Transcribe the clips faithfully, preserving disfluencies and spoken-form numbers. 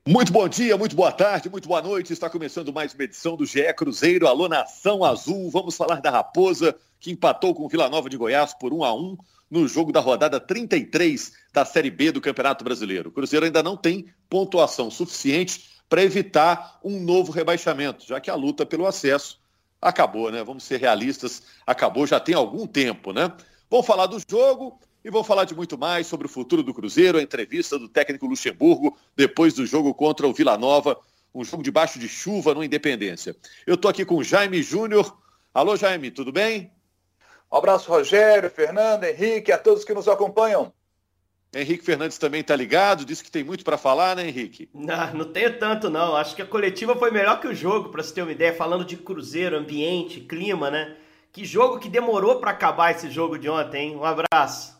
Muito bom dia, muito boa tarde, muito boa noite. Está começando mais uma edição do G E Cruzeiro. Alô, Nação Azul. Vamos falar da Raposa, que empatou com o Vila Nova de Goiás por um a um no jogo da rodada trinta e três da Série B do Campeonato Brasileiro. O Cruzeiro ainda não tem pontuação suficiente para evitar um novo rebaixamento, já que a luta pelo acesso acabou, né? Vamos ser realistas, acabou já tem algum tempo, né? Vamos falar do jogo e vou falar de muito mais sobre o futuro do Cruzeiro, a entrevista do técnico Luxemburgo depois do jogo contra o Vila Nova, um jogo debaixo de chuva no Independência. Eu estou aqui com o Jaime Júnior. Alô, Jaime, tudo bem? Um abraço, Rogério, Fernando, Henrique, a todos que nos acompanham. Henrique Fernandes também está ligado, disse que tem muito para falar, né, Henrique? Não, não tenho tanto, não. Acho que a coletiva foi melhor que o jogo, para você ter uma ideia, falando de Cruzeiro, ambiente, clima, né? Que jogo que demorou para acabar esse jogo de ontem, hein? Um abraço.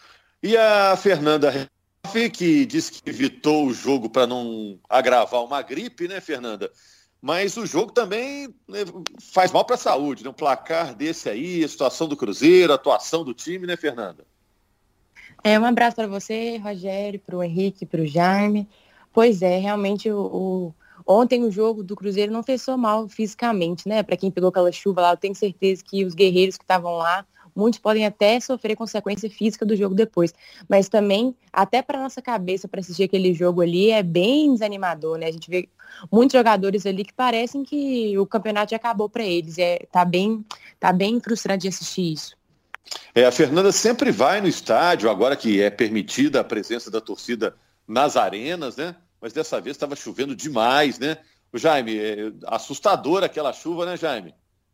E a Fernanda Reff, que disse que evitou o jogo para não agravar uma gripe, né, Fernanda? Mas o jogo também, né, faz mal para a saúde, né? Um placar desse aí, a situação do Cruzeiro, a atuação do time, né, Fernanda? É, um abraço para você, Rogério, para o Henrique, para o Jaime. Pois é, realmente o, o... ontem o jogo do Cruzeiro não fez só mal fisicamente, né? Para quem pegou aquela chuva lá, eu tenho certeza que os guerreiros que estavam lá, muitos podem até sofrer consequência física do jogo depois. Mas também, até para nossa cabeça, para assistir aquele jogo ali, é bem desanimador, né? A gente vê muitos jogadores ali que parecem que o campeonato já acabou para eles. É, tá bem, tá bem frustrante de assistir isso. É, a Fernanda sempre vai no estádio, agora que é permitida a presença da torcida nas arenas, né? Mas dessa vez estava chovendo demais, né? O Jaime, é assustadora aquela chuva, né, Jaime?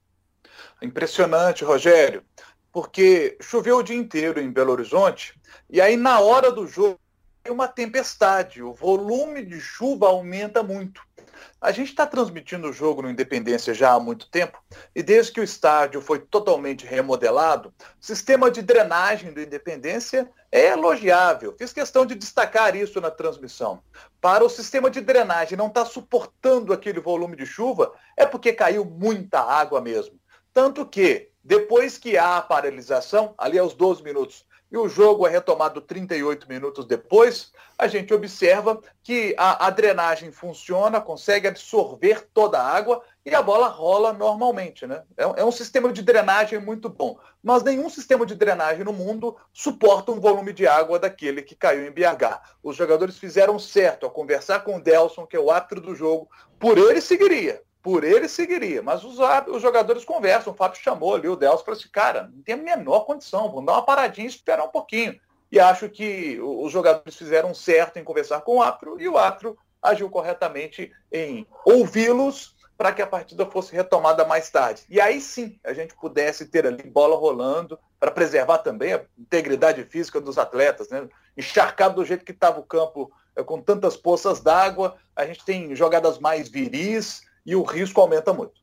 Impressionante, Rogério, porque choveu o dia inteiro em Belo Horizonte e aí na hora do jogo tem uma tempestade, o volume de chuva aumenta muito. A gente está transmitindo o jogo no Independência já há muito tempo e desde que o estádio foi totalmente remodelado, o sistema de drenagem do Independência é elogiável. Fiz questão de destacar isso na transmissão. Para o sistema de drenagem não estar suportando aquele volume de chuva, é porque caiu muita água mesmo. Tanto que, depois que há a paralisação, ali aos doze minutos, e o jogo é retomado trinta e oito minutos depois, a gente observa que a, a drenagem funciona, consegue absorver toda a água e a bola rola normalmente, né? É, é um sistema de drenagem muito bom. Mas nenhum sistema de drenagem no mundo suporta um volume de água daquele que caiu em B H. Os jogadores fizeram certo ao conversar com o Delson, que é o árbitro do jogo, por ele seguiria. Por ele seguiria, mas os, os jogadores conversam, o Fábio chamou ali o Delcio e falou assim, cara, não tem a menor condição, vamos dar uma paradinha e esperar um pouquinho. E acho que os jogadores fizeram certo em conversar com o árbitro e o árbitro agiu corretamente em ouvi-los para que a partida fosse retomada mais tarde. E aí sim, a gente pudesse ter ali bola rolando para preservar também a integridade física dos atletas, né? Encharcado do jeito que estava o campo, com tantas poças d'água, a gente tem jogadas mais viris, e o risco aumenta muito.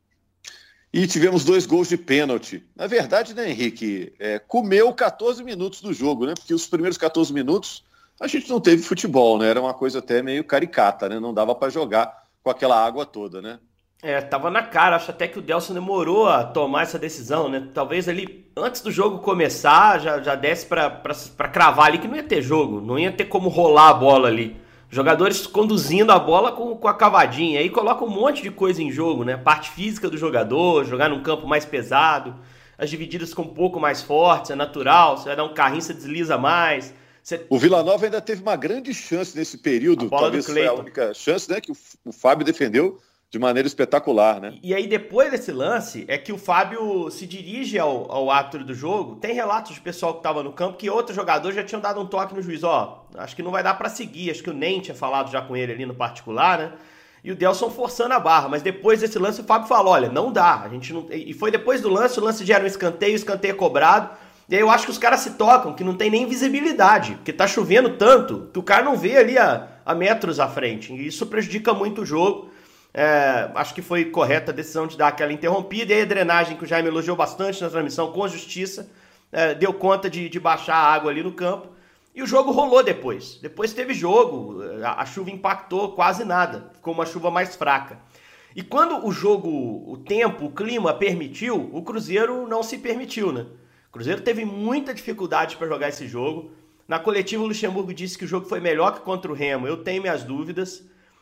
E tivemos dois gols de pênalti. Na verdade, né, Henrique, é, comeu quatorze minutos do jogo, né? Porque os primeiros quatorze minutos a gente não teve futebol, né? Era uma coisa até meio caricata, né? Não dava para jogar com aquela água toda, né? É, tava na cara. Acho até que o Delson demorou a tomar essa decisão, né? Talvez ali, antes do jogo começar, já, já desse pra, pra, pra cravar ali que não ia ter jogo. Não ia ter como rolar a bola ali. Jogadores conduzindo a bola com, com a cavadinha. Aí coloca um monte de coisa em jogo, né? Parte física do jogador, jogar num campo mais pesado, as divididas ficam um pouco mais fortes, é natural. Você vai dar um carrinho, você desliza mais. Você... O Vila Nova ainda teve uma grande chance nesse período. Talvez foi a única chance, né? Que o, o Fábio defendeu de maneira espetacular, né? E aí depois desse lance é que o Fábio se dirige ao, ao árbitro do jogo. Tem relatos de pessoal que estava no campo que outros jogadores já tinham dado um toque no juiz. Ó, acho que não vai dar para seguir. Acho que o Nem tinha falado já com ele ali no particular, né? E o Delson forçando a barra. Mas depois desse lance o Fábio falou, olha, não dá. A gente não... E foi depois do lance, o lance gera um escanteio, o escanteio é cobrado. E aí eu acho que os caras se tocam, que não tem nem visibilidade. Porque tá chovendo tanto que o cara não vê ali a, a metros à frente. E isso prejudica muito o jogo. É, acho que foi correta a decisão de dar aquela interrompida. E aí a drenagem, que o Jaime elogiou bastante na transmissão, com justiça, é, deu conta de, de baixar a água ali no campo. E o jogo rolou depois. Depois teve jogo, a, a chuva impactou quase nada. Ficou uma chuva mais fraca. E quando o jogo, o tempo, o clima permitiu, o Cruzeiro não se permitiu, né? O Cruzeiro teve muita dificuldade para jogar esse jogo. Na coletiva, o Luxemburgo disse que o jogo foi melhor que contra o Remo. Eu tenho minhas dúvidas.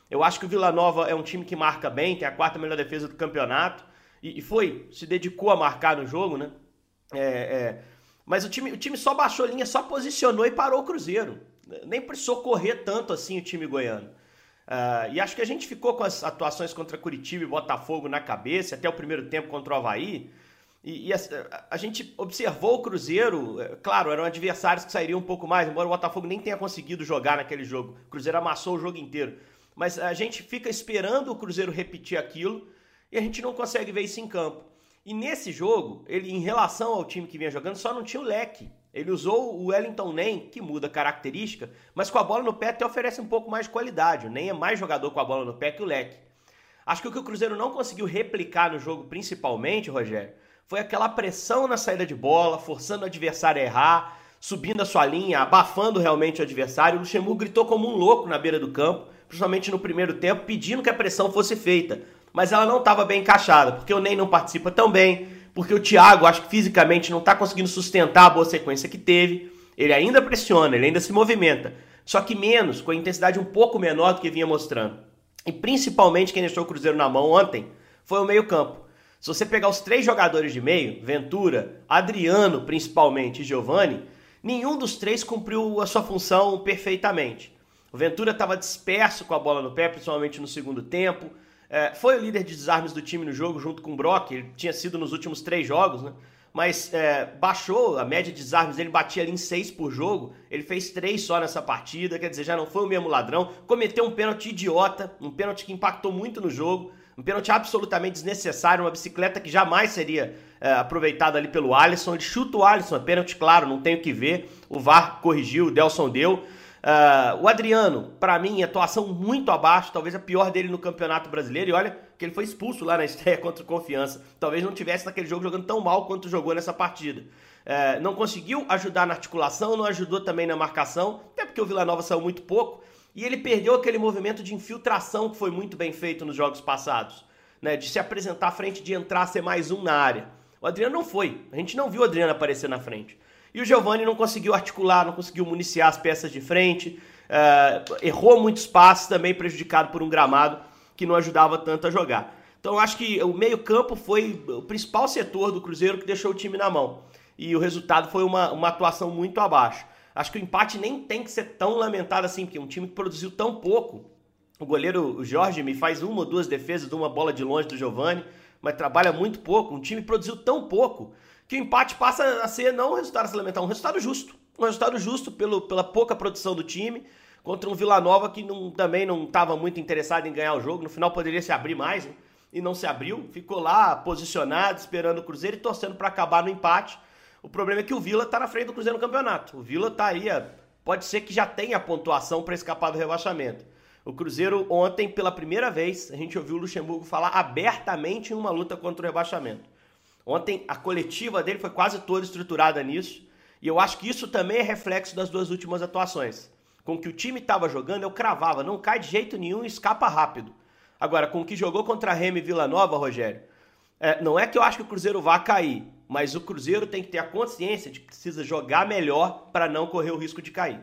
Eu acho que o Vila Nova é um time que marca bem, tem a quarta melhor defesa do campeonato, e, e foi, se dedicou a marcar no jogo, né? É, é, mas o time, o time só baixou linha, só posicionou e parou o Cruzeiro. Nem precisou correr tanto assim o time goiano. Uh, e acho que a gente ficou com as atuações contra Curitiba e Botafogo na cabeça, até o primeiro tempo contra o Avaí. E, e a, a gente observou o Cruzeiro, claro, eram adversários que sairiam um pouco mais, embora o Botafogo nem tenha conseguido jogar naquele jogo. O Cruzeiro amassou o jogo inteiro. Mas a gente fica esperando o Cruzeiro repetir aquilo e a gente não consegue ver isso em campo. E nesse jogo, ele, em relação ao time que vinha jogando, só não tinha o Leque. Ele usou o Wellington Nem, que muda a característica, mas com a bola no pé até oferece um pouco mais de qualidade. O Nem é mais jogador com a bola no pé que o Leque. Acho que o que o Cruzeiro não conseguiu replicar no jogo, principalmente, Rogério, foi aquela pressão na saída de bola, forçando o adversário a errar, subindo a sua linha, abafando realmente o adversário. O Luxemburgo gritou como um louco na beira do campo, principalmente no primeiro tempo, pedindo que a pressão fosse feita. Mas ela não estava bem encaixada, porque o Nem não participa tão bem, porque o Thiago, acho que fisicamente não está conseguindo sustentar a boa sequência que teve. Ele ainda pressiona, ele ainda se movimenta, só que menos, com a intensidade um pouco menor do que vinha mostrando. E principalmente quem deixou o Cruzeiro na mão ontem foi o meio-campo. Se você pegar os três jogadores de meio, Ventura, Adriano principalmente e Giovani, nenhum dos três cumpriu a sua função perfeitamente. O Ventura estava disperso com a bola no pé, principalmente no segundo tempo. É, foi o líder de desarmes do time no jogo, junto com o Brock. Ele tinha sido nos últimos três jogos, né? Mas é, baixou a média de desarmes, ele batia ali em seis por jogo. Ele fez três só nessa partida, quer dizer, já não foi o mesmo ladrão. Cometeu um pênalti idiota, um pênalti que impactou muito no jogo. Um pênalti absolutamente desnecessário, uma bicicleta que jamais seria é, aproveitada ali pelo Alisson. Ele chuta o Alisson, é pênalti, claro, não tem o que ver. O V A R corrigiu, o Delson deu. Uh, o Adriano, pra mim, atuação muito abaixo, talvez a pior dele no Campeonato Brasileiro. E olha que ele foi expulso lá na estreia contra o Confiança. Talvez não tivesse naquele jogo jogando tão mal quanto jogou nessa partida. Uh, não conseguiu ajudar na articulação, não ajudou também na marcação, até porque o Vila Nova saiu muito pouco. E ele perdeu aquele movimento de infiltração que foi muito bem feito nos jogos passados, né? De se apresentar à frente, de entrar, ser mais um na área. O Adriano não foi. A gente não viu o Adriano aparecer na frente. E o Giovani não conseguiu articular, não conseguiu municiar as peças de frente, uh, errou muitos passes, também prejudicado por um gramado que não ajudava tanto a jogar. Então eu acho que o meio-campo foi o principal setor do Cruzeiro que deixou o time na mão. E o resultado foi uma, uma atuação muito abaixo. Acho que o empate nem tem que ser tão lamentado assim, porque um time que produziu tão pouco. O goleiro o Jorge me faz uma ou duas defesas de uma bola de longe do Giovani, mas trabalha muito pouco. Um time que produziu tão pouco que o empate passa a ser não um resultado a se lamentar, um resultado justo. Um resultado justo pelo, pela pouca produção do time contra um Vila Nova que não, também não estava muito interessado em ganhar o jogo. No final poderia se abrir mais, né? E não se abriu. Ficou lá posicionado, esperando o Cruzeiro e torcendo para acabar no empate. O problema é que o Vila está na frente do Cruzeiro no campeonato. O Vila está aí, pode ser que já tenha a pontuação para escapar do rebaixamento. O Cruzeiro ontem, pela primeira vez, a gente ouviu o Luxemburgo falar abertamente em uma luta contra o rebaixamento. Ontem a coletiva dele foi quase toda estruturada nisso, e eu acho que isso também é reflexo das duas últimas atuações. Com o que o time estava jogando, eu cravava, não cai de jeito nenhum e escapa rápido. Agora, com o que jogou contra a Remo e Vila Nova, Rogério, é, não é que eu acho que o Cruzeiro vá cair, mas o Cruzeiro tem que ter a consciência de que precisa jogar melhor para não correr o risco de cair.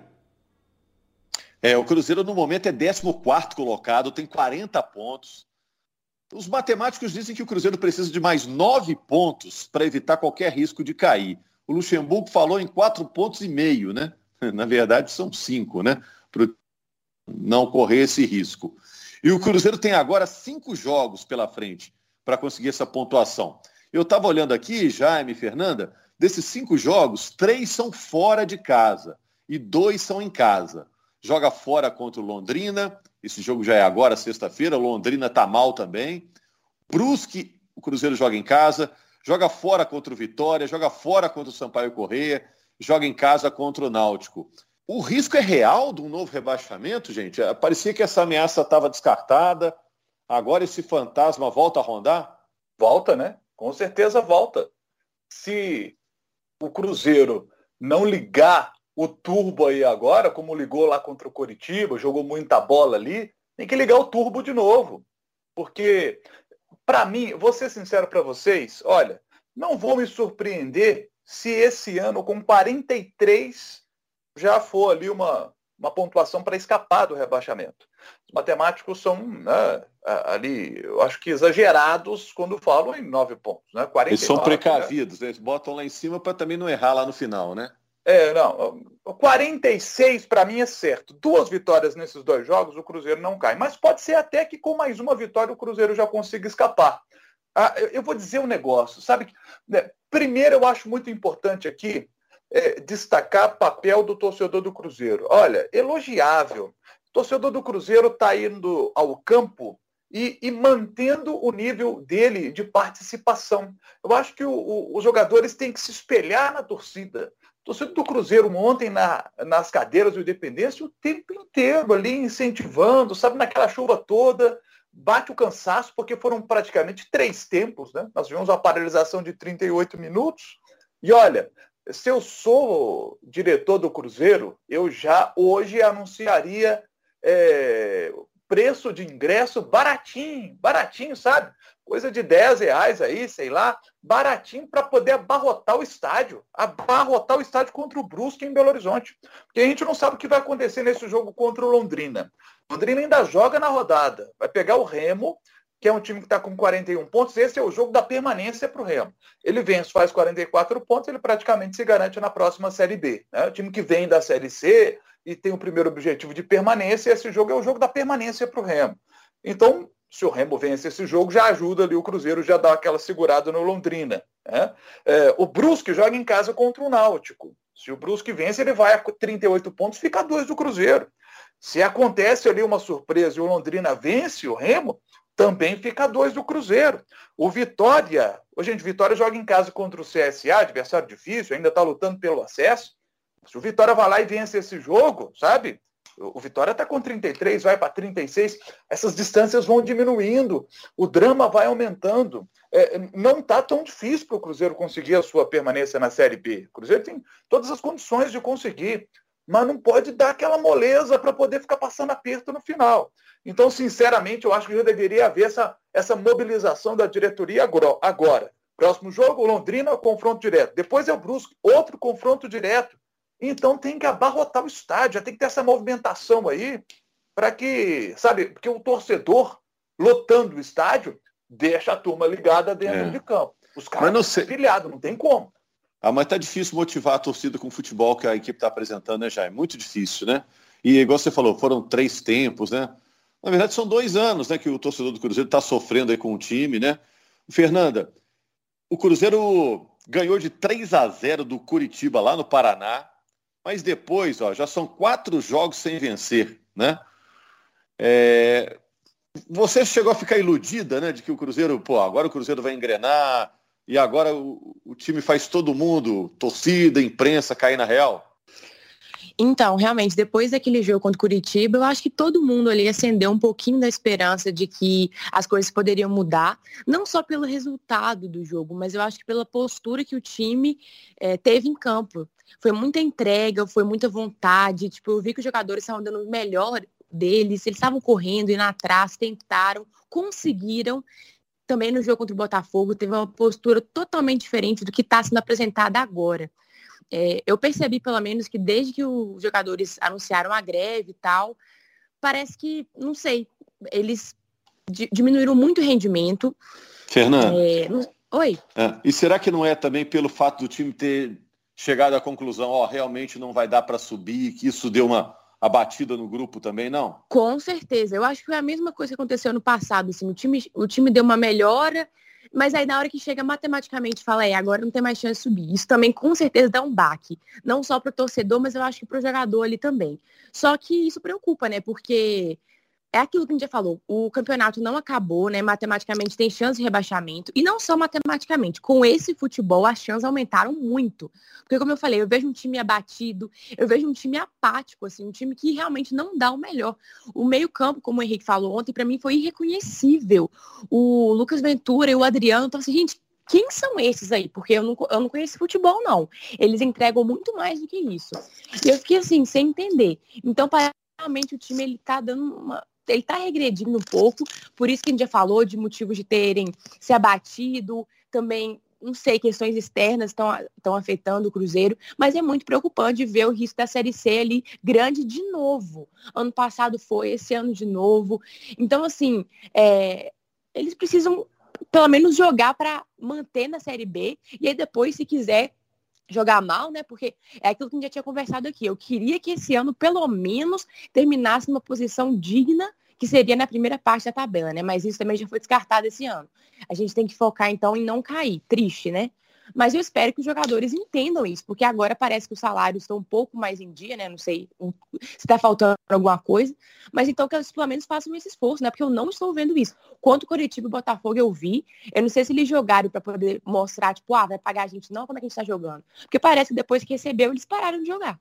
É, o Cruzeiro no momento é décimo quarto colocado, tem quarenta pontos. Os matemáticos dizem que o Cruzeiro precisa de mais nove pontos para evitar qualquer risco de cair. O Luxemburgo falou em quatro pontos e meio, né? Na verdade são cinco, né? Para não correr esse risco. E o Cruzeiro tem agora cinco jogos pela frente para conseguir essa pontuação. Eu estava olhando aqui, Jaime e Fernanda, desses cinco jogos, três são fora de casa e dois são em casa. Joga fora contra o Londrina, esse jogo já é agora, sexta-feira, o Londrina está mal também. Brusque, o Cruzeiro joga em casa, joga fora contra o Vitória, joga fora contra o Sampaio Corrêa, joga em casa contra o Náutico. O risco é real de um novo rebaixamento, gente? Parecia que essa ameaça estava descartada, agora esse fantasma volta a rondar? Volta, né? Com certeza volta. Se o Cruzeiro não ligar o turbo aí agora, como ligou lá contra o Coritiba, jogou muita bola ali, tem que ligar o turbo de novo. Porque, para mim, vou ser sincero para vocês, olha, não vou me surpreender se esse ano, com quarenta e três, já for ali uma, uma pontuação para escapar do rebaixamento. Os matemáticos são, né, ali, eu acho que exagerados quando falam em nove pontos. Né? quarenta e nove, eles são precavidos, né? Eles botam lá em cima para também não errar lá no final, né? É, não. quarenta e seis para mim é certo. Duas vitórias nesses dois jogos, o Cruzeiro não cai. Mas pode ser até que com mais uma vitória o Cruzeiro já consiga escapar. Ah, eu, eu vou dizer um negócio, sabe? Né, primeiro, eu acho muito importante aqui é, destacar o papel do torcedor do Cruzeiro. Olha, elogiável. O torcedor do Cruzeiro está indo ao campo e, e mantendo o nível dele de participação. Eu acho que o, o, os jogadores têm que se espelhar na torcida. O torcedor do Cruzeiro ontem na, nas cadeiras do Independência o tempo inteiro ali incentivando, sabe, naquela chuva toda, bate o cansaço, porque foram praticamente três tempos, né? Nós tivemos uma paralisação de trinta e oito minutos. E olha, se eu sou diretor do Cruzeiro, eu já hoje anunciaria é, preço de ingresso baratinho, baratinho, sabe? Coisa de dez reais aí, sei lá, baratinho para poder abarrotar o estádio, abarrotar o estádio contra o Brusque em Belo Horizonte. Porque a gente não sabe o que vai acontecer nesse jogo contra o Londrina. Londrina ainda joga na rodada, vai pegar o Remo, que é um time que está com quarenta e um pontos, esse é o jogo da permanência para o Remo. Ele vence, faz quarenta e quatro pontos, ele praticamente se garante na próxima Série B. Né? O time que vem da Série C e tem o primeiro objetivo de permanência, esse jogo é o jogo da permanência para o Remo. Então, se o Remo vence esse jogo, já ajuda ali o Cruzeiro, já dá aquela segurada no Londrina. Né? É, o Brusque joga em casa contra o Náutico. Se o Brusque vence, ele vai a trinta e oito pontos, fica a dois do Cruzeiro. Se acontece ali uma surpresa e o Londrina vence o Remo, também fica a dois do Cruzeiro. O Vitória, hoje, gente, Vitória joga em casa contra o C S A, adversário difícil, ainda está lutando pelo acesso. Se o Vitória vai lá e vence esse jogo, sabe? O Vitória está com trinta e três, vai para trinta e seis, essas distâncias vão diminuindo, o drama vai aumentando. É, não está tão difícil para o Cruzeiro conseguir a sua permanência na Série B. O Cruzeiro tem todas as condições de conseguir, mas não pode dar aquela moleza para poder ficar passando aperto no final. Então, sinceramente, eu acho que já deveria haver essa, essa mobilização da diretoria agora. Próximo jogo, Londrina, confronto direto. Depois é o Brusque, outro confronto direto. Então tem que abarrotar o estádio, já tem que ter essa movimentação aí, para que, sabe, porque o torcedor lotando o estádio deixa a turma ligada dentro é. de campo. Os caras estão sei... pilhados, não tem como. Ah, mas tá difícil motivar a torcida com o futebol que a equipe está apresentando, né, Jair? Muito difícil, né? E igual você falou, foram três tempos, né? Na verdade, são dois anos, né, que o torcedor do Cruzeiro está sofrendo aí com o time, né? Fernanda, o Cruzeiro ganhou de três a zero do Curitiba lá no Paraná, mas depois, ó, já são quatro jogos sem vencer, né? É... Você chegou a ficar iludida, né, de que o Cruzeiro, pô, agora o Cruzeiro vai engrenar e agora o, o time faz todo mundo, torcida, imprensa, cair na real? Então, realmente, depois daquele jogo contra o Curitiba, eu acho que todo mundo ali acendeu um pouquinho da esperança de que as coisas poderiam mudar, não só pelo resultado do jogo, mas eu acho que pela postura que o time é, teve em campo. Foi muita entrega, foi muita vontade, tipo, eu vi que os jogadores estavam dando o melhor deles, eles estavam correndo, indo atrás, tentaram, conseguiram. Também no jogo contra o Botafogo, teve uma postura totalmente diferente do que está sendo apresentada agora. É, eu percebi, pelo menos, que desde que os jogadores anunciaram a greve e tal, parece que, não sei, eles di- diminuíram muito o rendimento. Fernanda, é, não... Oi? É, e será que não é também pelo fato do time ter chegado à conclusão, ó, realmente não vai dar para subir, que isso deu uma abatida no grupo também, não? Com certeza, eu acho que foi a mesma coisa que aconteceu no passado, assim, o time, o time deu uma melhora, mas aí na hora que chega matematicamente fala, é, agora não tem mais chance de subir. Isso também com certeza dá um baque. Não só para o torcedor, mas eu acho que para o jogador ali também. Só que isso preocupa, né? Porque é aquilo que a gente já falou. O campeonato não acabou, né? Matematicamente tem chance de rebaixamento. E não só matematicamente. Com esse futebol, as chances aumentaram muito. Porque, como eu falei, eu vejo um time abatido, eu vejo um time apático, assim, um time que realmente não dá o melhor. O meio-campo, como o Henrique falou ontem, para mim foi irreconhecível. O Lucas Ventura e o Adriano, então assim, gente, quem são esses aí? Porque eu não, eu não conheço futebol, não. Eles entregam muito mais do que isso. E eu fiquei assim, sem entender. Então, realmente, o time, ele tá dando uma... Ele tá regredindo um pouco, por isso que a gente já falou de motivos de terem se abatido, também não sei, questões externas estão afetando o Cruzeiro, mas é muito preocupante ver o risco da Série C ali grande de novo. Ano passado foi, esse ano de novo. Então, assim, é, eles precisam pelo menos jogar para manter na Série B, e aí depois, se quiser jogar mal, né? Porque é aquilo que a gente já tinha conversado aqui. Eu queria que esse ano, pelo menos, terminasse numa posição digna, que seria na primeira parte da tabela, né? Mas isso também já foi descartado esse ano. A gente tem que focar, então, em não cair. Triste, né? Mas eu espero que os jogadores entendam isso, porque agora parece que os salários estão um pouco mais em dia, né? Não sei um, se está faltando alguma coisa, mas então que eles pelo menos façam esse esforço, né? Porque eu não estou vendo isso. Quanto o Coritiba e o Botafogo eu vi, eu não sei se eles jogaram para poder mostrar, tipo, ah, vai pagar a gente não, como é que a gente está jogando? Porque parece que depois que recebeu, eles pararam de jogar.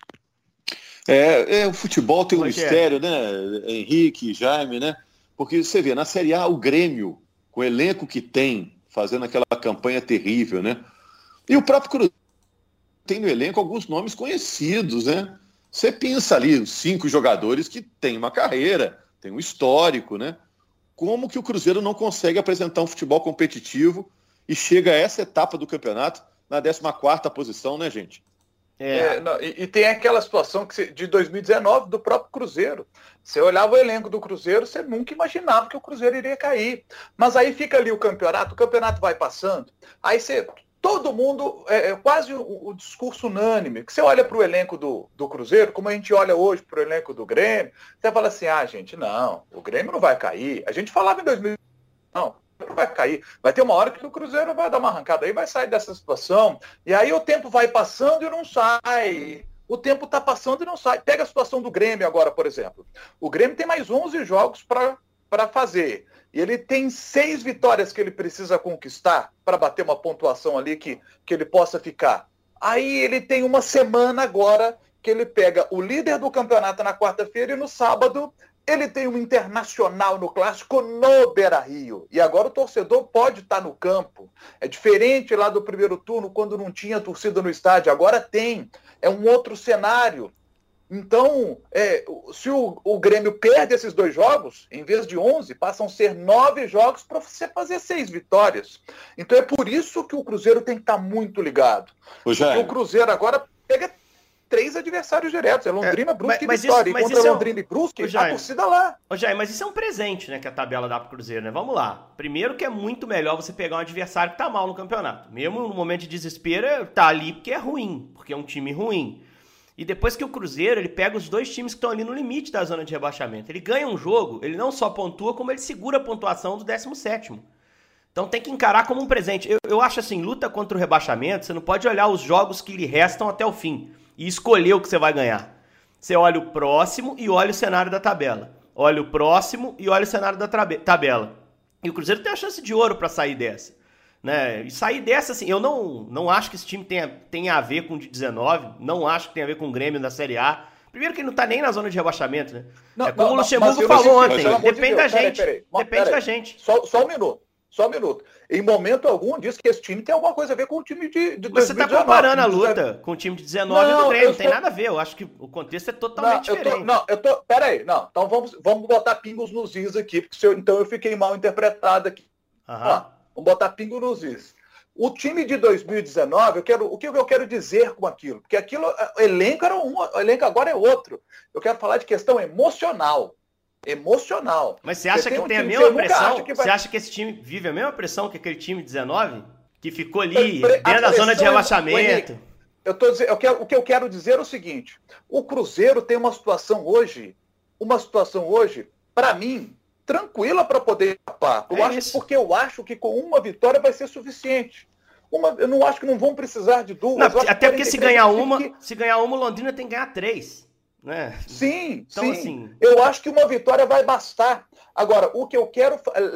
É, é o futebol tem um mistério, né? Henrique, Jaime, né? Porque você vê, na Série A, o Grêmio, com o elenco que tem, fazendo aquela campanha terrível, né? E o próprio Cruzeiro tem no elenco alguns nomes conhecidos, né? Você pensa ali, os cinco jogadores que têm uma carreira, tem um histórico, né? Como que o Cruzeiro não consegue apresentar um futebol competitivo e chega a essa etapa do campeonato na décima quarta posição, né, gente? É. É, não, e, e tem aquela situação que, de dois mil e dezenove do próprio Cruzeiro. Você olhava o elenco do Cruzeiro, você nunca imaginava que o Cruzeiro iria cair. Mas aí fica ali o campeonato, o campeonato vai passando, aí você, todo mundo, é, é quase o, o discurso unânime, que você olha para o elenco do, do Cruzeiro, como a gente olha hoje para o elenco do Grêmio, você fala assim, ah, gente, não, o Grêmio não vai cair. A gente falava em dois mil e dezenove, não, vai cair. Vai ter uma hora que o Cruzeiro vai dar uma arrancada aí, vai sair dessa situação. E aí o tempo vai passando e não sai. O tempo está passando e não sai. Pega a situação do Grêmio agora, por exemplo. O Grêmio tem mais onze jogos para fazer. E ele tem seis vitórias que ele precisa conquistar para bater uma pontuação ali que, que ele possa ficar. Aí ele tem uma semana agora que ele pega o líder do campeonato na quarta-feira e no sábado ele tem um Internacional no Clássico no Beira-Rio. E agora o torcedor pode estar no campo. É diferente lá do primeiro turno, quando não tinha torcida no estádio. Agora tem. É um outro cenário. Então, é, se o, o Grêmio perde esses dois jogos, em vez de onze, passam a ser nove jogos para você fazer seis vitórias. Então é por isso que o Cruzeiro tem que estar muito ligado. Porque o Cruzeiro agora pega três adversários diretos, é Londrina, é, Brusque mas, e Vitória. Isso, e contra Londrina é um... e Brusque, Jaime, a torcida lá. Ô Jaime, mas isso é um presente, né, que a tabela dá pro Cruzeiro, né? Vamos lá. Primeiro que é muito melhor você pegar um adversário que tá mal no campeonato. Mesmo no momento de desespero, tá ali porque é ruim, porque é um time ruim. E depois que o Cruzeiro, ele pega os dois times que estão ali no limite da zona de rebaixamento. Ele ganha um jogo, ele não só pontua, como ele segura a pontuação do décimo sétimo. Então tem que encarar como um presente. Eu, eu acho assim, luta contra o rebaixamento, você não pode olhar os jogos que lhe restam até o fim e escolher o que você vai ganhar. Você olha o próximo e olha o cenário da tabela. Olha o próximo e olha o cenário da tabela. E o Cruzeiro tem a chance de ouro para sair dessa. Né? E sair dessa, assim, eu não, não acho que esse time tenha, tenha a ver com o de dezenove, não acho que tenha a ver com o Grêmio da Série A. Primeiro que ele não tá nem na zona de rebaixamento, né? Não, é como não, o Luxemburgo falou ontem, depende da gente. Peraí, peraí. Depende da gente. Só, só um minuto. Só um minuto. Em momento algum diz que esse time tem alguma coisa a ver com o time de, de Mas dois mil e dezenove. Você tá comparando a luta com o time de dezenove não, e do Grêmio, não tem tô... nada a ver. Eu acho que o contexto é totalmente não, diferente. Eu tô... Não, eu tô... Peraí, não. Então vamos, vamos botar pingos nos is aqui, porque eu... então eu fiquei mal interpretado aqui. Ah, vamos botar pingo nos is. O time de dois mil e dezenove, eu quero, o que eu quero dizer com aquilo? Porque aquilo, o elenco era um, o elenco agora é outro. Eu quero falar de questão emocional. Emocional. Mas você acha você que tem, um tem a mesma pressão? Vai... Você acha que esse time vive a mesma pressão que aquele time de dezenove? Que ficou ali pre... dentro da zona de rebaixamento? Eu tô dizendo, eu quero, o que eu quero dizer é o seguinte: o Cruzeiro tem uma situação hoje, uma situação hoje, para mim, tranquila para poder escapar. Eu é acho, isso. Porque eu acho que com uma vitória vai ser suficiente. Uma, eu não acho que não vão precisar de duas. Não, até porque se ganhar uma, que... se ganhar uma, o Londrina tem que ganhar três. Né? Sim, então, sim. Assim... Eu acho que uma vitória vai bastar. Agora, o que eu quero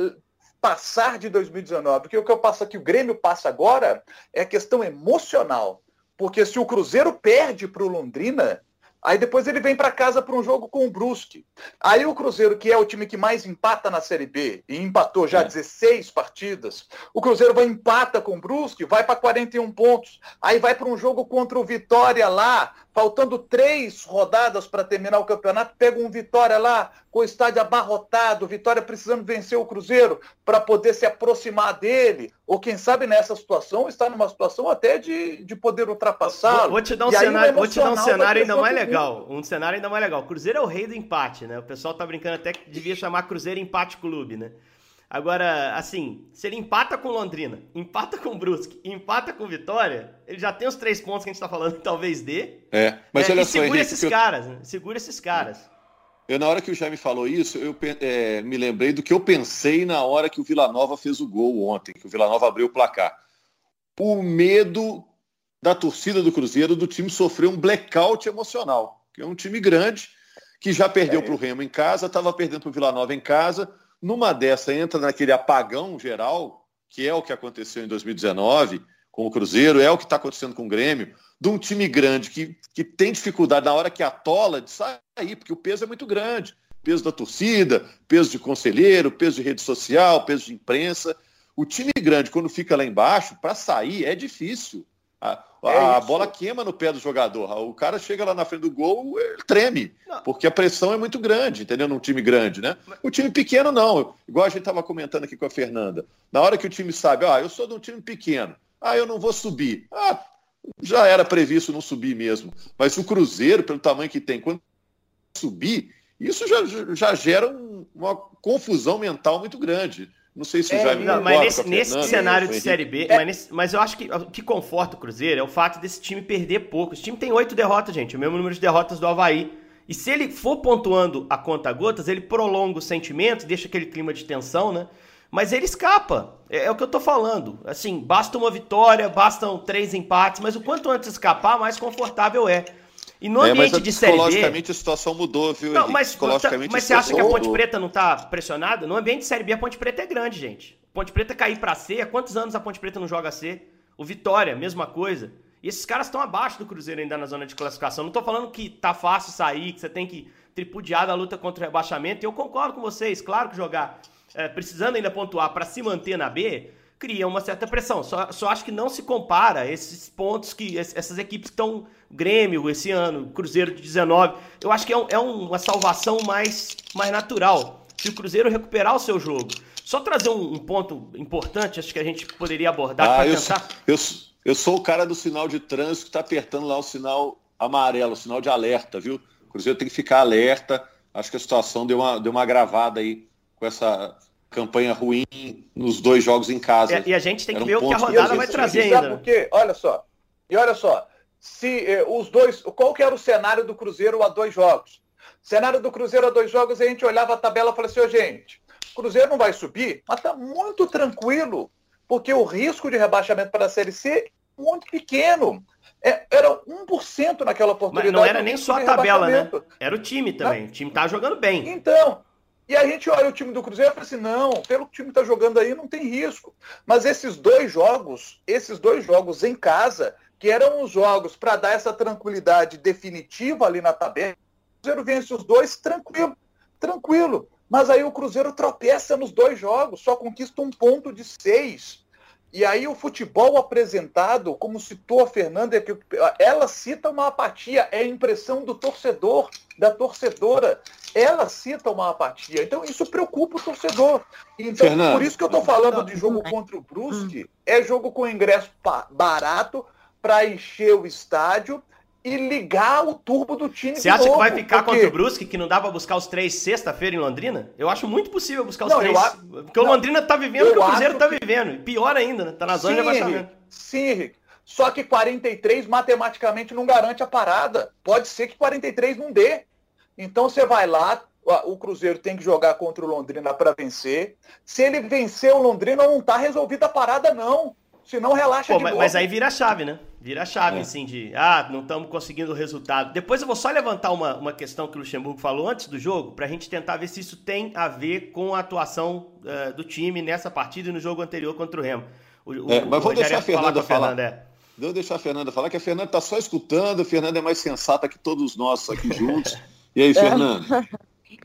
passar de dois mil e dezenove, porque o que eu passo aqui, o Grêmio passa agora, é a questão emocional. Porque se o Cruzeiro perde para o Londrina, aí depois ele vem para casa para um jogo com o Brusque. Aí o Cruzeiro, que é o time que mais empata na Série B, e empatou já é. dezesseis partidas, o Cruzeiro vai empata com o Brusque, vai para quarenta e um pontos. Aí vai para um jogo contra o Vitória lá, faltando três rodadas para terminar o campeonato, pega um Vitória lá, com o estádio abarrotado, Vitória precisando vencer o Cruzeiro para poder se aproximar dele, ou quem sabe nessa situação, está numa situação até de, de poder ultrapassá-lo. Vou, vou te dar um cenário, vou te dar um cenário ainda mais legal, um cenário ainda mais legal. O Cruzeiro é o rei do empate, né? O pessoal tá brincando até que devia chamar Cruzeiro Empate Clube, né? Agora, assim, se ele empata com Londrina, empata com Brusque, empata com Vitória, ele já tem os três pontos que a gente tá falando que talvez dê. É, mas é, olha e só, segura Henrique, esses eu... caras, né? Segura esses caras. Eu, na hora que o Jaime falou isso, eu é, me lembrei do que eu pensei na hora que o Vila Nova fez o gol ontem, que o Vila Nova abriu o placar. O medo da torcida do Cruzeiro, do time sofrer um blackout emocional, que é um time grande, que já perdeu é. para o Remo em casa, estava perdendo para o Vila Nova em casa. Numa dessa, entra naquele apagão geral, que é o que aconteceu em dois mil e dezenove com o Cruzeiro, é o que está acontecendo com o Grêmio, de um time grande que, que tem dificuldade na hora que atola de sair, porque o peso é muito grande. Peso da torcida, peso de conselheiro, peso de rede social, peso de imprensa. O time grande, quando fica lá embaixo, para sair é difícil. A, é a bola queima no pé do jogador. O cara chega lá na frente do gol, ele treme. Não. Porque a pressão é muito grande, entendeu? Num time grande, né? O time pequeno, não. Igual a gente estava comentando aqui com a Fernanda. Na hora que o time sabe, ah, eu sou de um time pequeno. Ah, eu não vou subir. Ah, já era previsto não subir mesmo. Mas o Cruzeiro, pelo tamanho que tem, quando subir, isso já, já gera um, uma confusão mental muito grande. Não sei se é, já me não, mas nesse, nesse cenário de Série B, é. mas, nesse, mas eu acho que o que conforta o Cruzeiro é o fato desse time perder pouco. Esse time tem oito derrotas, gente, o mesmo número de derrotas do Avaí. E se ele for pontuando a conta gotas, ele prolonga o sentimento, deixa aquele clima de tensão, né? Mas ele escapa, é, é o que eu tô falando. Assim, basta uma vitória, bastam três empates, mas o quanto antes escapar, mais confortável é. E no ambiente é, mas de Série B... psicologicamente a situação mudou, viu, não, mas, psicologicamente mas você acha que a Ponte Preta não tá pressionada? No ambiente de Série B, a Ponte Preta é grande, gente. A Ponte Preta cair pra C, há quantos anos a Ponte Preta não joga C? O Vitória, mesma coisa. E esses caras estão abaixo do Cruzeiro ainda na zona de classificação. Não tô falando que tá fácil sair, que você tem que tripudiar da luta contra o rebaixamento. E eu concordo com vocês, claro que jogar é, precisando ainda pontuar pra se manter na B... cria uma certa pressão. Só, só acho que não se compara esses pontos que essas equipes que estão Grêmio esse ano, Cruzeiro de dezenove. Eu acho que é, um, é uma salvação mais, mais natural. Se o Cruzeiro recuperar o seu jogo. Só trazer um, um ponto importante, acho que a gente poderia abordar ah, para eu tentar. Sou, eu, eu sou o cara do sinal de trânsito que está apertando lá o sinal amarelo, o sinal de alerta, viu? O Cruzeiro tem que ficar alerta. Acho que a situação deu uma, deu uma agravada aí com essa campanha ruim nos dois jogos em casa. É, e a gente tem que ver um o que a rodada que vai trazer ainda. Sabe por quê? Olha só. E olha só. Se eh, os dois, qual que era o cenário do Cruzeiro a dois jogos? Cenário do Cruzeiro a dois jogos, a gente olhava a tabela e falava assim, ô, gente, o Cruzeiro não vai subir, mas tá muito tranquilo, porque o risco de rebaixamento para a Série C é muito pequeno. É, era um por cento naquela oportunidade. Mas não era nem só a tabela, né? Era o time também. Não? O time tava jogando bem. Então... E a gente olha o time do Cruzeiro e fala assim, não, pelo que o time está jogando aí, não tem risco. Mas esses dois jogos, esses dois jogos em casa, que eram os jogos para dar essa tranquilidade definitiva ali na tabela, o Cruzeiro vence os dois tranquilo, tranquilo. Mas aí o Cruzeiro tropeça nos dois jogos, só conquista um ponto de seis. E aí o futebol apresentado, como citou a Fernanda, ela cita uma apatia, é a impressão do torcedor, da torcedora. Ela cita uma apatia. Então isso preocupa o torcedor. Então, Fernanda, por isso que eu estou falando de jogo contra o Brusque, é jogo com ingresso barato para encher o estádio e ligar o turbo do time. Você acha novo, que vai ficar porque... contra o Brusque, que não dá pra buscar os três sexta-feira em Londrina? Eu acho muito possível buscar os não, três. Acho... Porque não, o Londrina tá vivendo o que o Cruzeiro que... tá vivendo. E pior ainda, né? Tá na zona de rebaixamento. Sim, Henrique. Só que quarenta e três matematicamente não garante a parada. Pode ser que quarenta e três não dê. Então você vai lá, o Cruzeiro tem que jogar contra o Londrina para vencer. Se ele vencer o Londrina, não tá resolvida a parada, não. Se não, relaxa Pô, de mas, boa. mas aí vira a chave, né? Vira a chave, é. assim, de... Ah, não estamos conseguindo o resultado. Depois eu vou só levantar uma, uma questão que o Luxemburgo falou antes do jogo, pra gente tentar ver se isso tem a ver com a atuação uh, do time nessa partida e no jogo anterior contra o Remo. O, é, o, mas vou deixar a Fernanda falar. Fernanda, é. Vou deixar a Fernanda falar, que a Fernanda tá só escutando, a Fernanda é mais sensata que todos nós aqui juntos. E aí, Fernanda?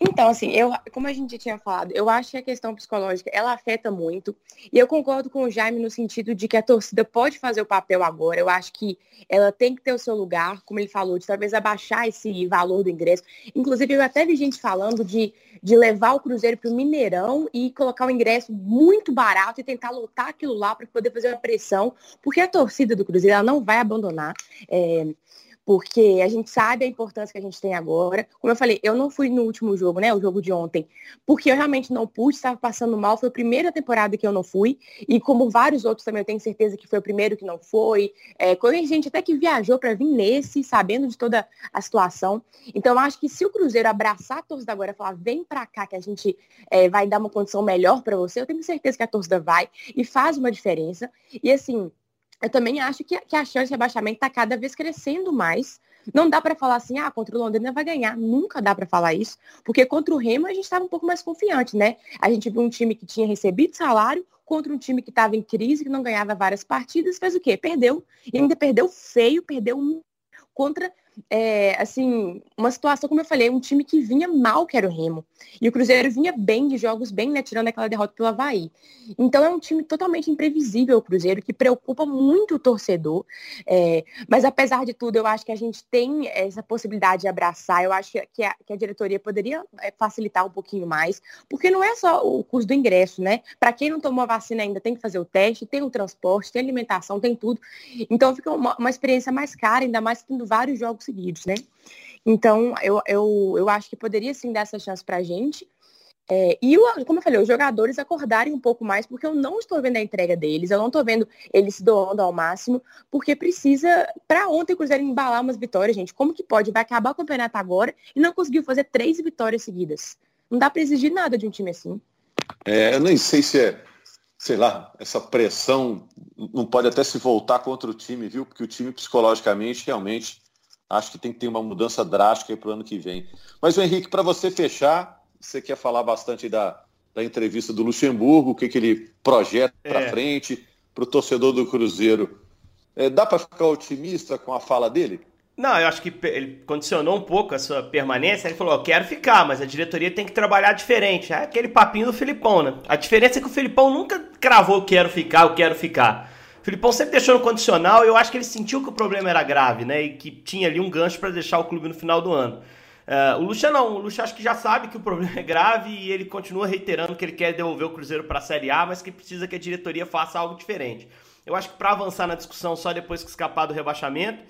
Então, assim, eu, como a gente tinha falado, eu acho que a questão psicológica, ela afeta muito. E eu concordo com o Jaime no sentido de que a torcida pode fazer o papel agora. Eu acho que ela tem que ter o seu lugar, como ele falou, de talvez abaixar esse valor do ingresso. Inclusive, eu até vi gente falando de, de levar o Cruzeiro para o Mineirão e colocar o ingresso muito barato e tentar lotar aquilo lá para poder fazer uma pressão, porque a torcida do Cruzeiro, ela não vai abandonar. É... Porque a gente sabe a importância que a gente tem agora. Como eu falei, eu não fui no último jogo, né? O jogo de ontem, porque eu realmente não pude, estava passando mal. Foi a primeira temporada que eu não fui. E como vários outros também, eu tenho certeza que foi o primeiro que não foi. É, tem gente até que viajou para vir nesse, sabendo de toda a situação. Então, eu acho que se o Cruzeiro abraçar a torcida agora e falar, vem para cá que a gente é, vai dar uma condição melhor para você, eu tenho certeza que a torcida vai e faz uma diferença. E assim, eu também acho que, que a chance de rebaixamento está cada vez crescendo mais. Não dá para falar assim, ah, contra o Londrina vai ganhar. Nunca dá para falar isso, porque contra o Remo a gente estava um pouco mais confiante, né? A gente viu um time que tinha recebido salário contra um time que estava em crise, que não ganhava várias partidas, fez o quê? Perdeu. E ainda perdeu feio, perdeu um contra, é, assim, uma situação, como eu falei, um time que vinha mal, que era o Remo. E o Cruzeiro vinha bem, de jogos bem, né, tirando aquela derrota pelo Avaí. Então é um time totalmente imprevisível, o Cruzeiro, que preocupa muito o torcedor. É, mas apesar de tudo, eu acho que a gente tem essa possibilidade de abraçar. Eu acho que a, que a diretoria poderia facilitar um pouquinho mais, porque não é só o custo do ingresso, né? Para quem não tomou a vacina ainda, tem que fazer o teste, tem o transporte, tem alimentação, tem tudo. Então fica uma, uma experiência mais cara, ainda mais tendo vários jogos seguidos, né? Então, eu, eu, eu acho que poderia sim dar essa chance pra gente. É, e, eu, como eu falei, os jogadores acordarem um pouco mais, porque eu não estou vendo a entrega deles, eu não estou vendo eles se doando ao máximo, porque precisa, para ontem o Cruzeiro embalar umas vitórias, gente. Como que pode? Vai acabar o campeonato agora e não conseguiu fazer três vitórias seguidas. Não dá para exigir nada de um time assim. É, eu nem sei se é, sei lá, essa pressão não pode até se voltar contra o time, viu? Porque o time psicologicamente realmente acho que tem que ter uma mudança drástica para o ano que vem. Mas, Henrique, para você fechar, você quer falar bastante da, da entrevista do Luxemburgo, o que, que ele projeta para é. frente, para o torcedor do Cruzeiro. É, dá para ficar otimista com a fala dele? Não, eu acho que ele condicionou um pouco a sua permanência. Ele falou, eu quero ficar, mas a diretoria tem que trabalhar diferente. É aquele papinho do Filipão, né? A diferença é que o Filipão nunca cravou eu quero ficar, eu quero ficar. O Filipão sempre deixou no condicional e eu acho que ele sentiu que o problema era grave, né? E que tinha ali um gancho para deixar o clube no final do ano. Uh, o Lucha não, o Lucha acho que já sabe que o problema é grave e ele continua reiterando que ele quer devolver o Cruzeiro para a Série A, mas que precisa que a diretoria faça algo diferente. Eu acho que para avançar na discussão só depois que escapar do rebaixamento,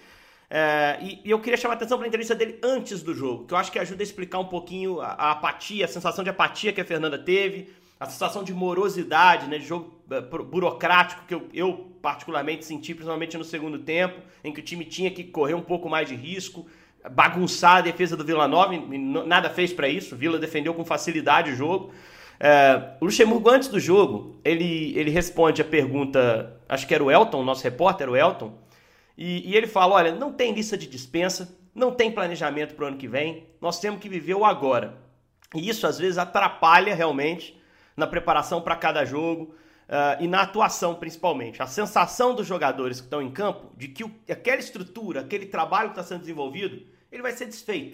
uh, e, e eu queria chamar a atenção para a entrevista dele antes do jogo, que eu acho que ajuda a explicar um pouquinho a, a apatia, a sensação de apatia que a Fernanda teve, a sensação de morosidade, né, de jogo uh, burocrático que eu, eu particularmente senti, principalmente no segundo tempo, em que o time tinha que correr um pouco mais de risco, bagunçar a defesa do Vila Nova, nada fez para isso, o Vila defendeu com facilidade o jogo. Uh, o Luxemburgo, antes do jogo, ele, ele responde a pergunta, acho que era o Elton, nosso repórter, o Elton, e, e ele fala, olha, não tem lista de dispensa, não tem planejamento para o ano que vem, nós temos que viver o agora. E isso, às vezes, atrapalha realmente na preparação para cada jogo uh, e na atuação, principalmente. A sensação dos jogadores que estão em campo de que o, aquela estrutura, aquele trabalho que está sendo desenvolvido, ele vai ser desfeito.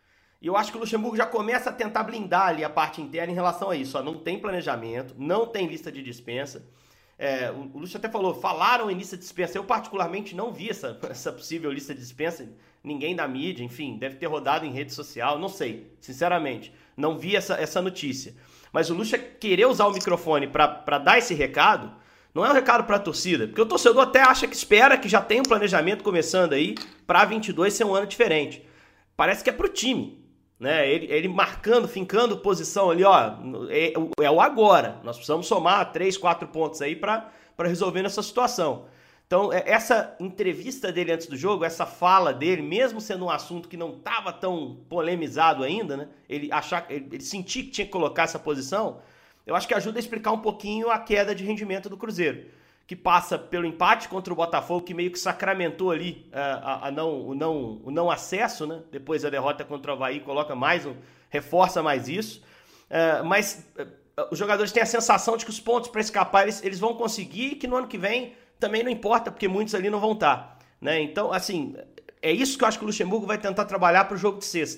E eu acho que o Luxemburgo já começa a tentar blindar ali a parte interna em relação a isso. Ó, não tem planejamento, não tem lista de dispensa. É, o, o Luxo até falou, falaram em lista de dispensa. Eu particularmente não vi essa, essa possível lista de dispensa. Ninguém da mídia, enfim, deve ter rodado em rede social, não sei, sinceramente. Não vi essa, essa notícia. Mas o Lucha querer usar o microfone para dar esse recado, não é um recado para a torcida, porque o torcedor até acha que espera que já tem um planejamento começando aí para vinte e dois ser um ano diferente. Parece que é para o time, né? Ele, ele marcando, fincando posição ali, ó, é, é o agora. Nós precisamos somar três, quatro pontos aí para resolver essa situação. Então, essa entrevista dele antes do jogo, essa fala dele, mesmo sendo um assunto que não estava tão polemizado ainda, né? Ele, achar, ele, ele sentir que tinha que colocar essa posição, eu acho que ajuda a explicar um pouquinho a queda de rendimento do Cruzeiro, que passa pelo empate contra o Botafogo, que meio que sacramentou ali uh, a, a não, o, não, o não acesso, né? Depois a derrota contra o Avaí coloca mais um, reforça mais isso. Uh, mas uh, os jogadores têm a sensação de que os pontos para escapar eles, eles vão conseguir e que no ano que vem também não importa, porque muitos ali não vão estar, né? Então, assim, é isso que eu acho que o Luxemburgo vai tentar trabalhar para o jogo de sexta.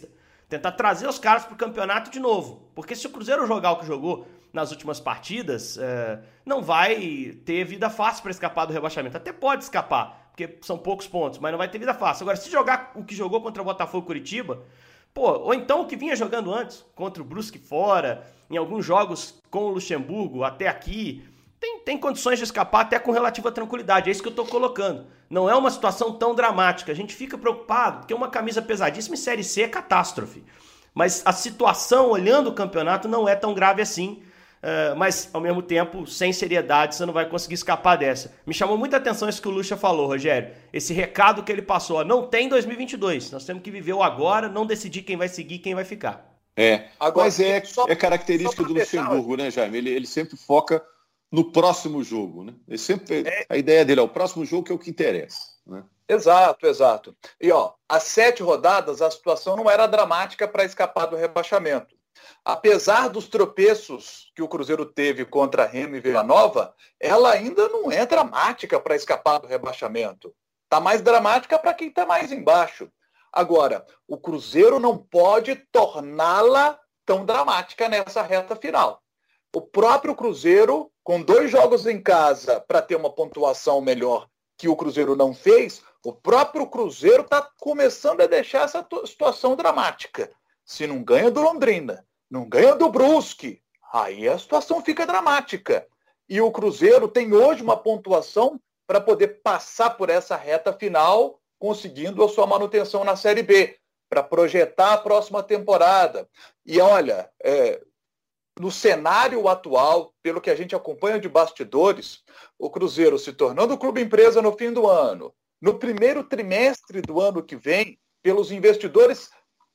Tentar trazer os caras pro campeonato de novo. Porque se o Cruzeiro jogar o que jogou nas últimas partidas, é, não vai ter vida fácil para escapar do rebaixamento. Até pode escapar, porque são poucos pontos, mas não vai ter vida fácil. Agora, se jogar o que jogou contra o Botafogo e Curitiba, pô, ou então o que vinha jogando antes, contra o Brusque fora, em alguns jogos com o Luxemburgo até aqui, tem, tem condições de escapar até com relativa tranquilidade. É isso que eu tô colocando. Não é uma situação tão dramática. A gente fica preocupado, porque uma camisa pesadíssima em Série C é catástrofe. Mas a situação, olhando o campeonato, não é tão grave assim. Uh, mas, ao mesmo tempo, sem seriedade, você não vai conseguir escapar dessa. Me chamou muita atenção isso que o Lucha falou, Rogério. Esse recado que ele passou, ó, não tem dois mil e vinte e dois. Nós temos que viver o agora, não decidir quem vai seguir e quem vai ficar. É, agora, mas é, só, é característica do Luxemburgo, né, Jaime? Ele, ele sempre foca no próximo jogo, né? Ele sempre, é, a ideia dele é o próximo jogo que é o que interessa, né? Exato, exato. E ó, às sete rodadas a situação não era dramática para escapar do rebaixamento. Apesar dos tropeços que o Cruzeiro teve contra Remo e Vila Nova, ela ainda não é dramática para escapar do rebaixamento. Está mais dramática para quem está mais embaixo. Agora, o Cruzeiro não pode torná-la tão dramática nessa reta final. O próprio Cruzeiro, com dois jogos em casa para ter uma pontuação melhor que o Cruzeiro não fez, o próprio Cruzeiro está começando a deixar essa situação dramática. Se não ganha do Londrina, não ganha do Brusque, aí a situação fica dramática. E o Cruzeiro tem hoje uma pontuação para poder passar por essa reta final, conseguindo a sua manutenção na Série B, para projetar a próxima temporada. E olha, é, no cenário atual, pelo que a gente acompanha de bastidores, o Cruzeiro se tornando clube empresa no fim do ano, no primeiro trimestre do ano que vem, pelos investidores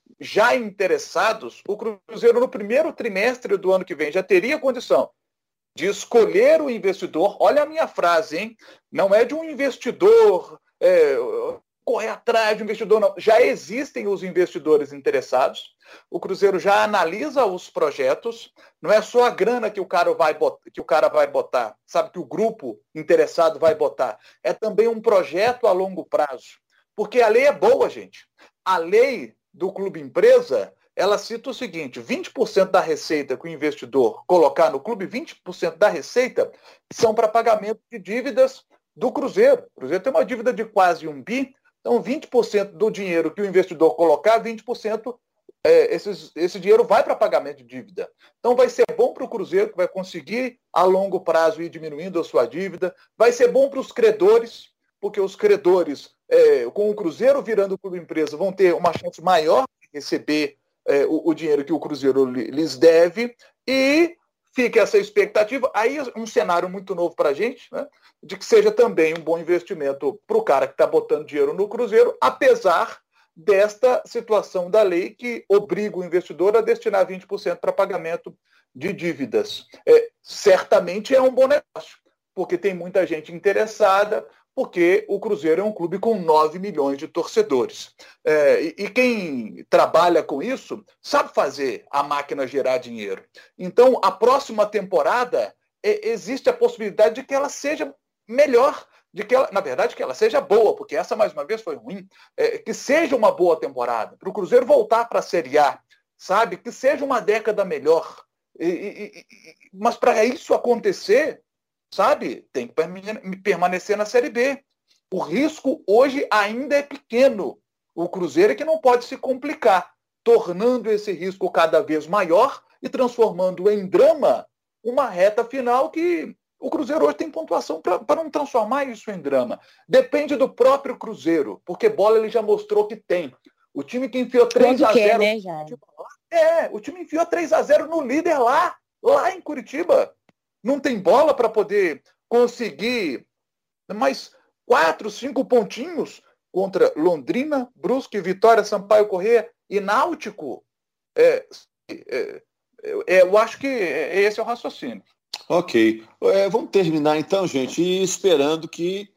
já interessados, o Cruzeiro no primeiro trimestre do ano que vem já teria condição de escolher o investidor. Olha a minha frase, hein? Não é de um investidor é, correr atrás de um investidor, não. Já existem os investidores interessados. O Cruzeiro já analisa os projetos. Não é só a grana que o cara vai botar, que o cara vai botar, sabe, que o grupo interessado vai botar. É também um projeto a longo prazo. Porque a lei é boa, gente. A lei do clube empresa, ela cita o seguinte: vinte por cento da receita que o investidor colocar no clube, vinte por cento da receita são para pagamento de dívidas do Cruzeiro. O Cruzeiro tem uma dívida de quase um bi, então vinte por cento do dinheiro que o investidor colocar, vinte por cento é, esses, esse dinheiro vai para pagamento de dívida. Então vai ser bom para o Cruzeiro, que vai conseguir a longo prazo ir diminuindo a sua dívida, vai ser bom para os credores, porque os credores, é, com o Cruzeiro virando clube empresa, vão ter uma chance maior de receber é, o, o dinheiro que o Cruzeiro lhes deve, e fica essa expectativa. Aí um cenário muito novo para a gente, né, de que seja também um bom investimento para o cara que está botando dinheiro no Cruzeiro, apesar desta situação da lei que obriga o investidor a destinar vinte por cento para pagamento de dívidas. É, certamente é um bom negócio, porque tem muita gente interessada, porque o Cruzeiro é um clube com nove milhões de torcedores. É, e, e quem trabalha com isso sabe fazer a máquina gerar dinheiro. Então, a próxima temporada, é, existe a possibilidade de que ela seja melhor, de que ela, na verdade, que ela seja boa, porque essa, mais uma vez, foi ruim. É, que seja uma boa temporada, para o Cruzeiro voltar para a Série A, sabe? Que seja uma década melhor. E, e, e, mas para isso acontecer, sabe, tem que permanecer na Série B. O risco hoje ainda é pequeno. O Cruzeiro é que não pode se complicar, tornando esse risco cada vez maior e transformando em drama uma reta final que o Cruzeiro hoje tem pontuação para não transformar isso em drama. Depende do próprio Cruzeiro, porque bola ele já mostrou que tem. O time que enfiou três a zero... Né, é, o time enfiou três a zero no líder lá, lá em Curitiba. Não tem bola para poder conseguir mais quatro, cinco pontinhos contra Londrina, Brusque, Vitória, Sampaio Corrêa e Náutico. É, é, é, eu acho que esse é o raciocínio. Ok. É, vamos terminar então, gente, esperando que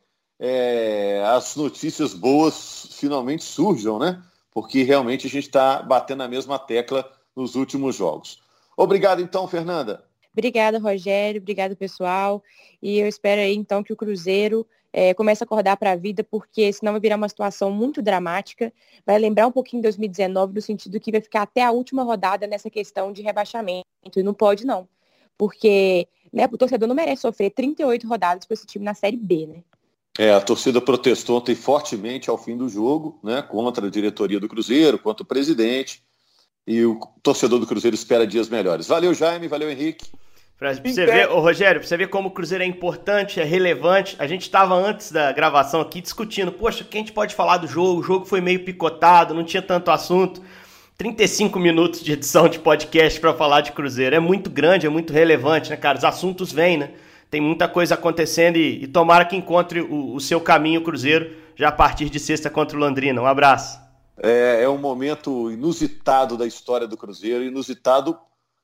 é, as notícias boas finalmente surjam, né? Porque realmente a gente está batendo a mesma tecla nos últimos jogos. Obrigado então, Fernanda. Obrigada, Rogério. Obrigada, pessoal. E eu espero aí, então, que o Cruzeiro é, comece a acordar para a vida, porque senão vai virar uma situação muito dramática. Vai lembrar um pouquinho de dois mil e dezenove, no sentido que vai ficar até a última rodada nessa questão de rebaixamento. E não pode, não. Porque, né, o torcedor não merece sofrer trinta e oito rodadas com esse time na Série B, né? É, a torcida protestou ontem fortemente ao fim do jogo, né, contra a diretoria do Cruzeiro, contra o presidente, e o torcedor do Cruzeiro espera dias melhores. Valeu, Jaime, valeu, Henrique. Pra você ver, ô Rogério, pra você ver como o Cruzeiro é importante, é relevante. A gente estava antes da gravação aqui discutindo, poxa, quem a gente pode falar do jogo? O jogo foi meio picotado, não tinha tanto assunto. trinta e cinco minutos de edição de podcast para falar de Cruzeiro. É muito grande, é muito relevante, né, cara? Os assuntos vêm, né? Tem muita coisa acontecendo e, e tomara que encontre o, o seu caminho, Cruzeiro, já a partir de sexta contra o Londrina. Um abraço. É, é um momento inusitado da história do Cruzeiro, inusitado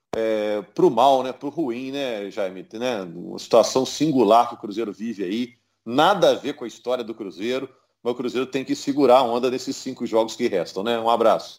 é, pro mal, né? Pro ruim, né, Jaime? Né? Uma situação singular que o Cruzeiro vive aí. Nada a ver com a história do Cruzeiro, mas o Cruzeiro tem que segurar a onda desses cinco jogos que restam, né? Um abraço.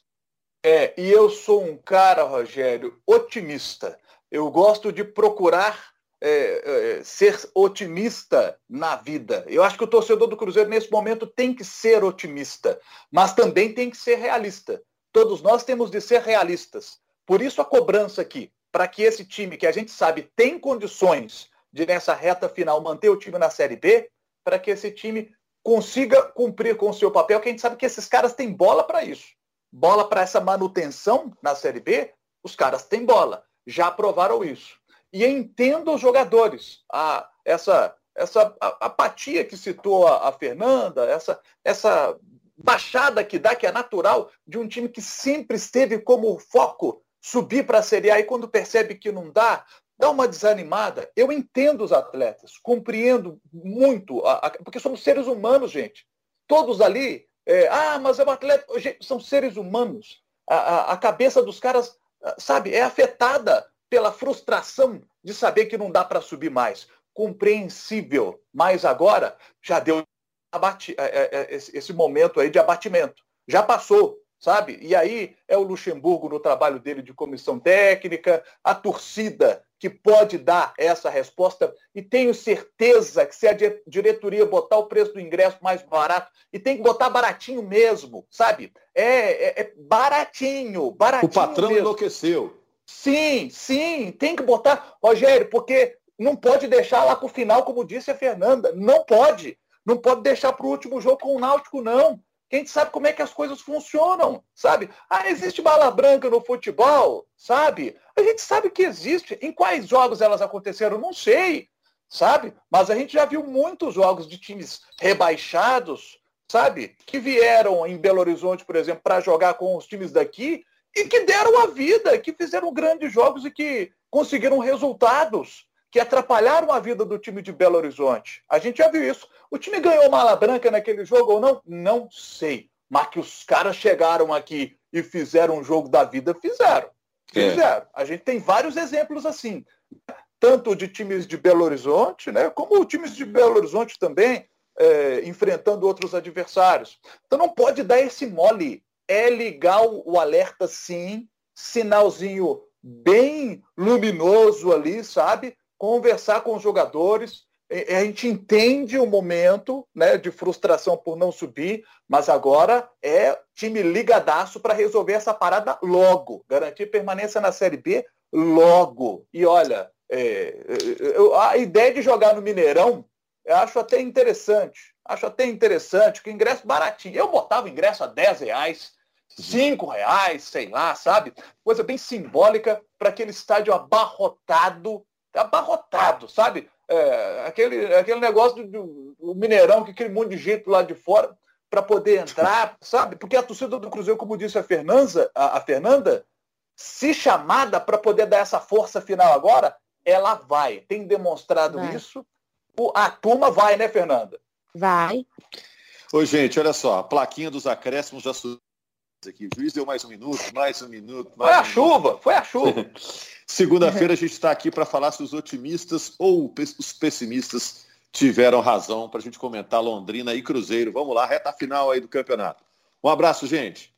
É, e eu sou um cara, Rogério, otimista. Eu gosto de procurar é, é, ser otimista na vida. Eu acho que o torcedor do Cruzeiro, nesse momento, tem que ser otimista, mas também tem que ser realista. Todos nós temos de ser realistas. Por isso a cobrança aqui, para que esse time, que a gente sabe tem condições de, nessa reta final, manter o time na Série B, para que esse time consiga cumprir com o seu papel, que a gente sabe que esses caras têm bola para isso. Bola para essa manutenção na Série B, os caras têm bola. Já provaram isso. E entendo os jogadores. A, essa, essa apatia que citou a, a Fernanda, essa, essa baixada que dá, que é natural, de um time que sempre esteve como foco subir para a Série A e quando percebe que não dá, dá uma desanimada. Eu entendo os atletas, compreendo muito, a, a, porque somos seres humanos, gente. Todos ali... É, ah, mas é um atleta... Gente, são seres humanos. A, a, a cabeça dos caras, sabe, é afetada pela frustração de saber que não dá para subir mais. Compreensível. Mas agora já deu abate, é, é, esse, esse momento aí de abatimento. Já passou, sabe? E aí é o Luxemburgo no trabalho dele de comissão técnica, a torcida que pode dar essa resposta, e tenho certeza que se a diretoria botar o preço do ingresso mais barato, e tem que botar baratinho mesmo, sabe? É, é, é baratinho, baratinho. O patrão mesmo. Enlouqueceu. Sim, sim, tem que botar, Rogério, porque não pode deixar lá para o final, como disse a Fernanda, não pode. Não pode deixar para o último jogo com o Náutico, não. Que a gente sabe como é que as coisas funcionam, sabe? Ah, existe bala branca no futebol, sabe? A gente sabe que existe. Em quais jogos elas aconteceram? Não sei, sabe? Mas a gente já viu muitos jogos de times rebaixados, sabe? Que vieram em Belo Horizonte, por exemplo, para jogar com os times daqui e que deram a vida, que fizeram grandes jogos e que conseguiram resultados que atrapalharam a vida do time de Belo Horizonte. A gente já viu isso. O time ganhou mala branca naquele jogo ou não? Não sei. Mas que os caras chegaram aqui e fizeram um jogo da vida, fizeram. Fizeram. É. A gente tem vários exemplos assim. Tanto de times de Belo Horizonte, né, como times de Belo Horizonte também, é, enfrentando outros adversários. Então não pode dar esse mole. É ligar o alerta, sim. Sinalzinho bem luminoso ali, sabe? Conversar com os jogadores. A gente entende o momento, né, de frustração por não subir, mas agora é time ligadaço para resolver essa parada logo. Garantir permanência na Série B logo. E olha, é, eu, a ideia de jogar no Mineirão, eu acho até interessante. Acho até interessante, que o ingresso baratinho. Eu botava o ingresso a dez reais, cinco reais, sei lá, sabe? Coisa bem simbólica para aquele estádio abarrotado, abarrotado, sabe? É, aquele, aquele negócio do, do, do Mineirão, que aquele monte de gente lá de fora para poder entrar, sabe? Porque a torcida do Cruzeiro, como disse a Fernanda, a, a Fernanda, se chamada para poder dar essa força final agora, ela vai. Tem demonstrado vai. isso. O, a turma vai, né, Fernanda? Vai. Ô, gente, olha só, a plaquinha dos acréscimos já subiu aqui. O juiz deu mais um minuto, mais um minuto. Mais foi um a chuva, minuto. foi a chuva. Segunda-feira a gente está aqui para falar se os otimistas ou os pessimistas tiveram razão, para a gente comentar Londrina e Cruzeiro. Vamos lá, reta final aí do campeonato. Um abraço, gente.